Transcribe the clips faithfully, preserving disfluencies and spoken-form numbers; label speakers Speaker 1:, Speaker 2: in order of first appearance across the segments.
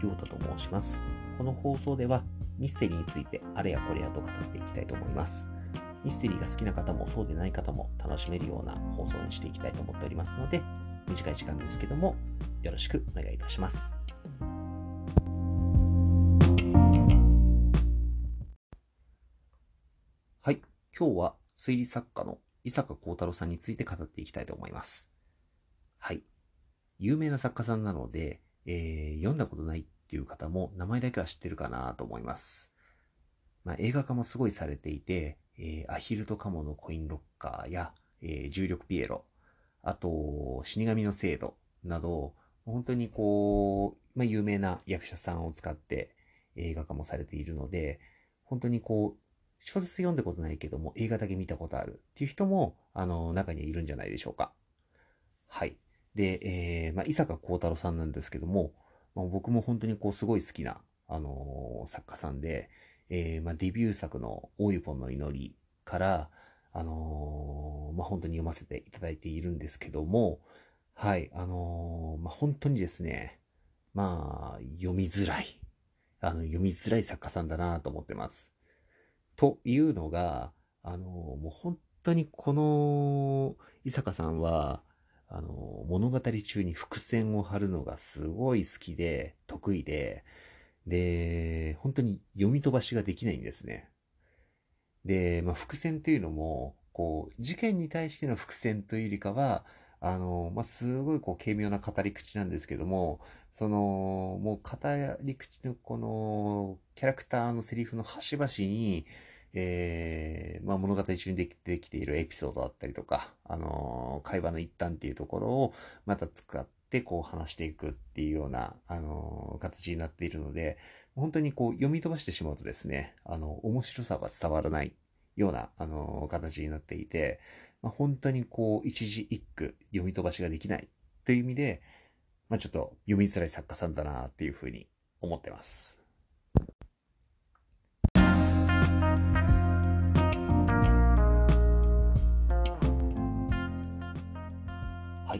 Speaker 1: 亮太と申します。この放送ではミステリーについてあれやこれやと語っていきたいと思います。ミステリーが好きな方もそうでない方も楽しめるような放送にしていきたいと思っておりますので、短い時間ですけどもよろしくお願いいたします。はい、今日は推理作家の伊坂幸太郎さんについて語っていきたいと思います。はい、有名な作家さんなので、えー、読んだことないっていう方も名前だけは知ってるかなと思います。まあ、映画化もすごいされていて、えー、アヒルとカモのコインロッカーや、えー、重力ピエロ、あと死神の制度など、本当にこう、まあ、有名な役者さんを使って映画化もされているので、本当にこう、小説読んだことないけども映画だけ見たことあるっていう人も、あの、中にはいるんじゃないでしょうか。はい。で、えー、まあ、伊坂幸太郎さんなんですけども、まあ、僕も本当にこう、すごい好きな、あのー作家さんで、えー、まあ、デビュー作の大湯ポンの祈りから、あのーまあ、本当に読ませていただいているんですけども、はい、あのーまあ、本当にですね、まあ、読みづらい、あの、読みづらい作家さんだなと思ってます。というのが、あの、もう本当にこの伊坂さんは、あの、物語中に伏線を張るのがすごい好きで、得意で、で、本当に読み飛ばしができないんですね。で、まあ、伏線というのも、こう、事件に対しての伏線というよりかは、あの、まあ、すごいこう、軽妙な語り口なんですけども、その、もう語り口のこの、キャラクターのセリフの端々に、えー、まあ、物語中にできてきているエピソードだったりとか、あの、会話の一端っていうところを、また使って、こう話していくっていうような、あの、形になっているので、本当にこう読み飛ばしてしまうとですね、あの、面白さが伝わらないような、あの、形になっていて、まあ、本当にこう、一字一句読み飛ばしができないという意味で、まあ、ちょっと読みづらい作家さんだなっていうふうに思ってます。はい。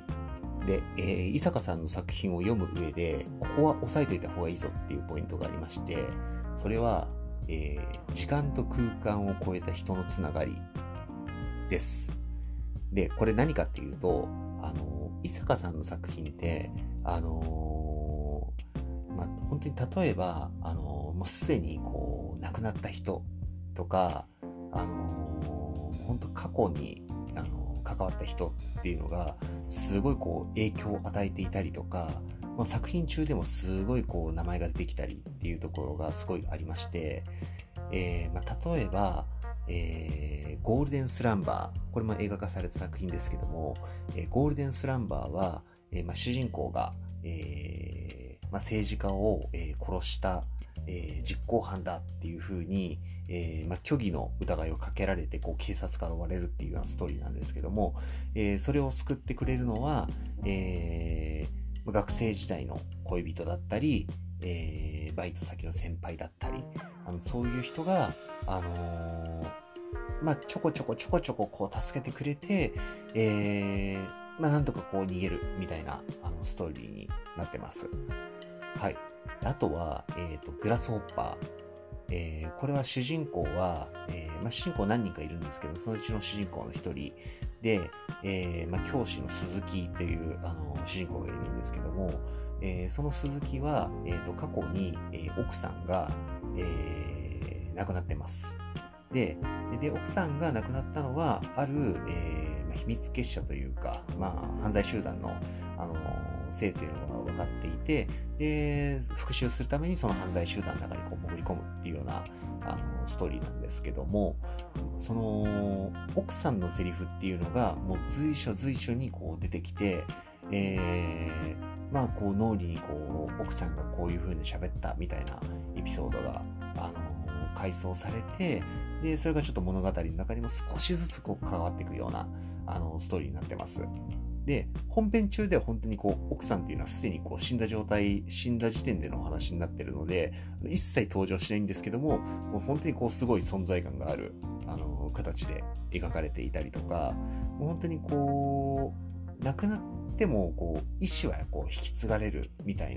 Speaker 1: で、えー、伊坂さんの作品を読む上で、ここは押さえておいた方がいいぞっていうポイントがありまして、それは、えー、時間と空間を超えた人のつながりです。で、これ何かっていうと、あの、伊坂さんの作品って、あのーまあ、本当に例えば、あのーもうすでにこう、亡くなった人とか、あのー本当過去に、あのー関わった人っていうのが、すごいこう、影響を与えていたりとか、まあ、作品中でもすごいこう、名前が出てきたりっていうところがすごいありまして、えーまあ、例えば、えーゴールデンスランバー、これも映画化された作品ですけども、えーゴールデンスランバーは、えーまあ、主人公が、えーまあ、政治家を、えー殺した、えー実行犯だっていう風に、えーまあ、虚偽の疑いをかけられてこう警察から追われるっていうようなストーリーなんですけども、えーそれを救ってくれるのは、えー学生時代の恋人だったり、えーバイト先の先輩だったり、あのそういう人が、あのーまあ、ちょこちょこちょこちょここう助けてくれて、えー、まあ、なんとかこう逃げるみたいなあのストーリーになってます。はい。あとは、えっと、グラスホッパー。えーこれは主人公は、えーまあ、主人公何人かいるんですけど、そのうちの主人公の一人で、えーまあ、教師の鈴木っていうあの主人公がいるんですけども、えーその鈴木は、えーと過去に、えー奥さんが、えー亡くなってます。で、で、奥さんが亡くなったのは、ある、えーまあ、秘密結社というか、まあ、犯罪集団の、あのせいというのが分かっていて、で、復讐するためにその犯罪集団の中にこう潜り込むっていうような、あのストーリーなんですけども、その、奥さんのセリフっていうのが、もう随所随所にこう出てきて、えー、まあ、こう脳裏にこう、奥さんがこういう風に喋ったみたいなエピソードが、あの回想されて、で、それがちょっと物語の中にも少しずつこう関わっていくような、あの、ストーリーになってます。で、本編中では本当にこう、奥さんっていうのはすでにこう死んだ状態、死んだ時点でのお話になってるので、一切登場しないんですけども、もう本当にこう、すごい存在感がある、あの、形で描かれていたりとか、もう本当にこう、亡くなっても、こう、意志はこう、引き継がれるみたいな、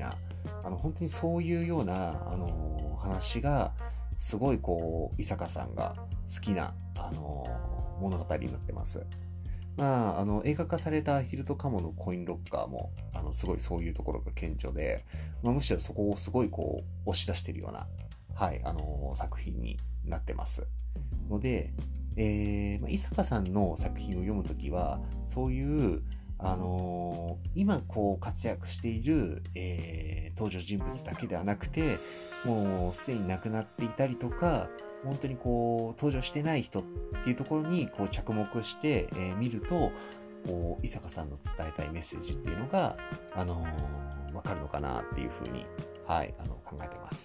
Speaker 1: あの本当にそういうような、あの話がすごいこう伊坂さんが好きな、あの物語になってます。まあ、あの映画化されたヒルトカモのコインロッカーもあのすごいそういうところが顕著で、まあ、むしろそこをすごいこう押し出しているような、はい、あの作品になってますので、えーまあ、伊坂さんの作品を読むときはそういう、あのー今こう活躍している、えー登場人物だけではなくて、もうすでに亡くなっていたりとか、本当にこう登場してない人っていうところにこう着目して、えー見ると、こう伊坂さんの伝えたいメッセージっていうのが、あのーわかるのかなっていうふうに、はい、あの考えてます。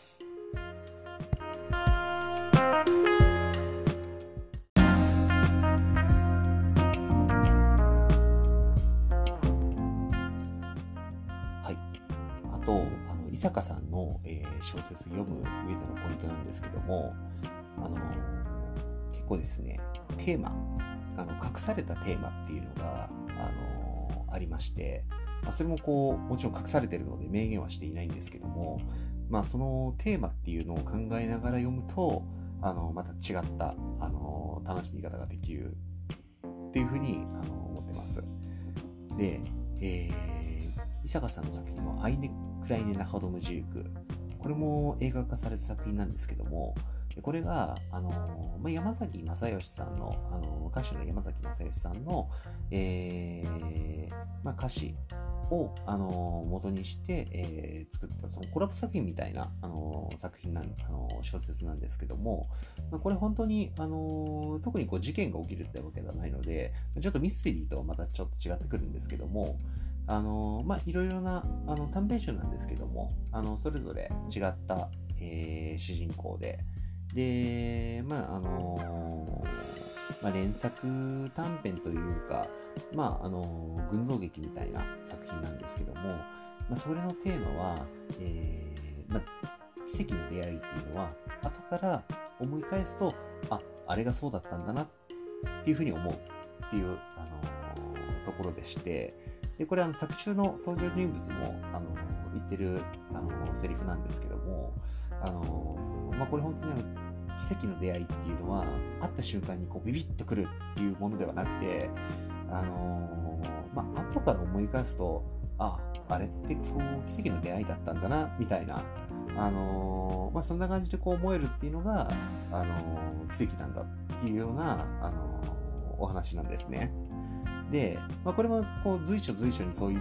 Speaker 1: はい。あと、あの伊坂さんの、えー小説読む上でのポイントなんですけども、あのー結構ですね、テーマ、あの隠されたテーマっていうのが、あのーありまして、まあ、それもこうもちろん隠されてるので明言はしていないんですけども、まあ、そのテーマっていうのを考えながら読むと、あのまた違った、あの楽しみ方ができるっていうふうに、あの思ってます。で、えー、伊坂さんの作品のアイネ・クライネ・ナハドムジーク、これも映画化された作品なんですけども、これが、あのまあ、山崎正義さんの、あの歌手の山崎正義さんの、えーまあ、歌詞を、あの元にして、えー作ったそのコラボ作品みたいな、あの作品なん、あの小説なんですけども、まあ、これ本当に、あの特にこう事件が起きるってわけではないので、ちょっとミステリーとはまたちょっと違ってくるんですけども、あのまあ、いろいろなあの短編集なんですけども、あのそれぞれ違った、えー主人公で、で、まああのまあ、連作短編というか、まああの群像劇みたいな作品なんですけども、まあ、それのテーマは、えーまあ、奇跡の出会いっていうのは後から思い返すと、あ、あれがそうだったんだなっていうふうに思うっていう、あのところでして、でこれはあの作中の登場人物も、あの言ってる、あのセリフなんですけども、あのまあ、これ本当にあの奇跡の出会いっていうのは会った瞬間にこうビビッとくるっていうものではなくて、あのまあ後から思い返すと、あ、あれってこう奇跡の出会いだったんだなみたいな、あのまあ、そんな感じでこう思えるっていうのが、あの奇跡なんだっていうような、あのお話なんですね。で、まあ、これもこう随所随所にそういった、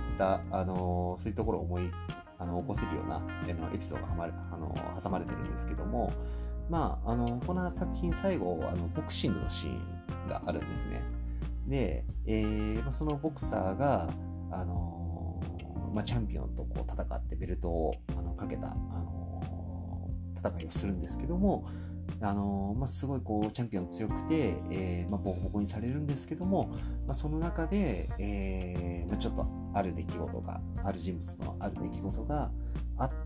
Speaker 1: あのそういうところを思いあの起こせるようなあのエピソードがはまるあの挟まれてるんですけども、まあ、あのこの作品最後あのボクシングのシーンがあるんですね。で、えーまあ、そのボクサーが、あのまあ、チャンピオンとこう戦ってベルトをあのかけた、あの戦いをするんですけども、あのまあ、すごいこうチャンピオン強くて、えーまあ、ボコボコにされるんですけども、まあ、その中で、えーまあ、ちょっとある出来事がある人物のある出来事があって、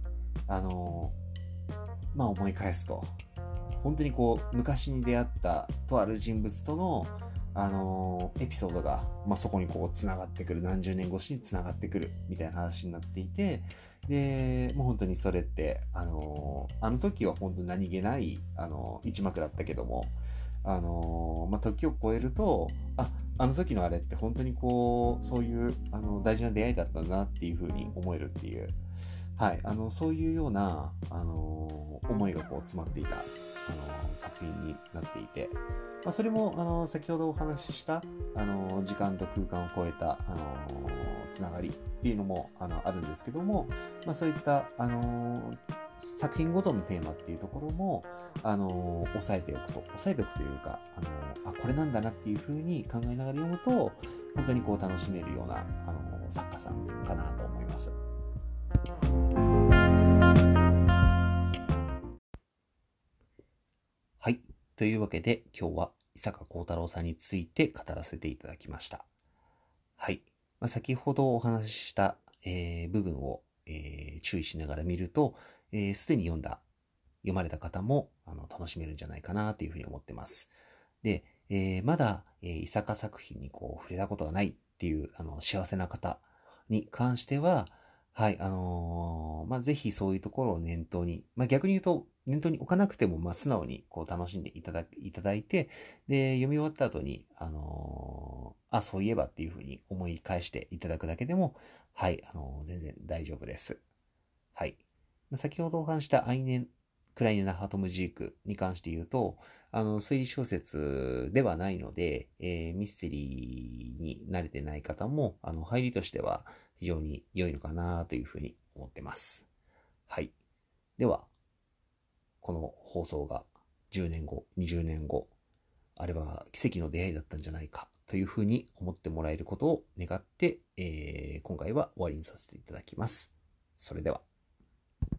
Speaker 1: あのまあ、思い返すと本当にこう昔に出会ったとある人物との、あのエピソードが、まあ、そこにこうつながってくる、何十年越しにつながってくるみたいな話になっていて、でもう本当にそれって、あのあの時は本当に何気ない、あの一幕だったけども、あのまあ、時を超えると、ああの時のあれって本当にこうそういうあの大事な出会いだったんだなっていう風に思えるっていう、はい、あのそういうような、あの思いがこう詰まっていた、あの作品になっていて、まあ、それも、あの先ほどお話しした、あの時間と空間を超えた、あのつながりっていうのも あのあるんですけども、まあ、そういった、あの作品ごとのテーマっていうところも、あの押さえておくと押さえておくというか、あのあこれなんだなっていうふうに考えながら読むと本当にこう楽しめるような、あの作家さんかなと思います。はい。というわけで、今日は伊坂幸太郎さんについて語らせていただきました。はい。まあ、先ほどお話しした、えー部分を、えー注意しながら見ると、す、えー、で、に読んだ、読まれた方もあの楽しめるんじゃないかなというふうに思ってます。で、えーまだ、えー伊坂作品にこう触れたことがないっていうあの幸せな方に関しては、 はい、あのーまあ、ぜひそういうところを念頭に、まあ、逆に言うと、念頭に置かなくても、まあ、素直にこう楽しんでいただいただいて、で、読み終わった後に、あのーあ、そういえばっていうふうに思い返していただくだけでも、はい、あのー全然大丈夫です。はい。先ほどお話したアイネン・クライネ・ナハトムジークに関して言うと、あの、推理小説ではないので、えーミステリーに慣れてない方も、あの、入りとしては非常に良いのかなというふうに思ってます。はい。では、この放送がじゅうねんご、にじゅうねんご、あれは奇跡の出会いだったんじゃないかというふうに思ってもらえることを願って、えー今回は終わりにさせていただきます。それでは。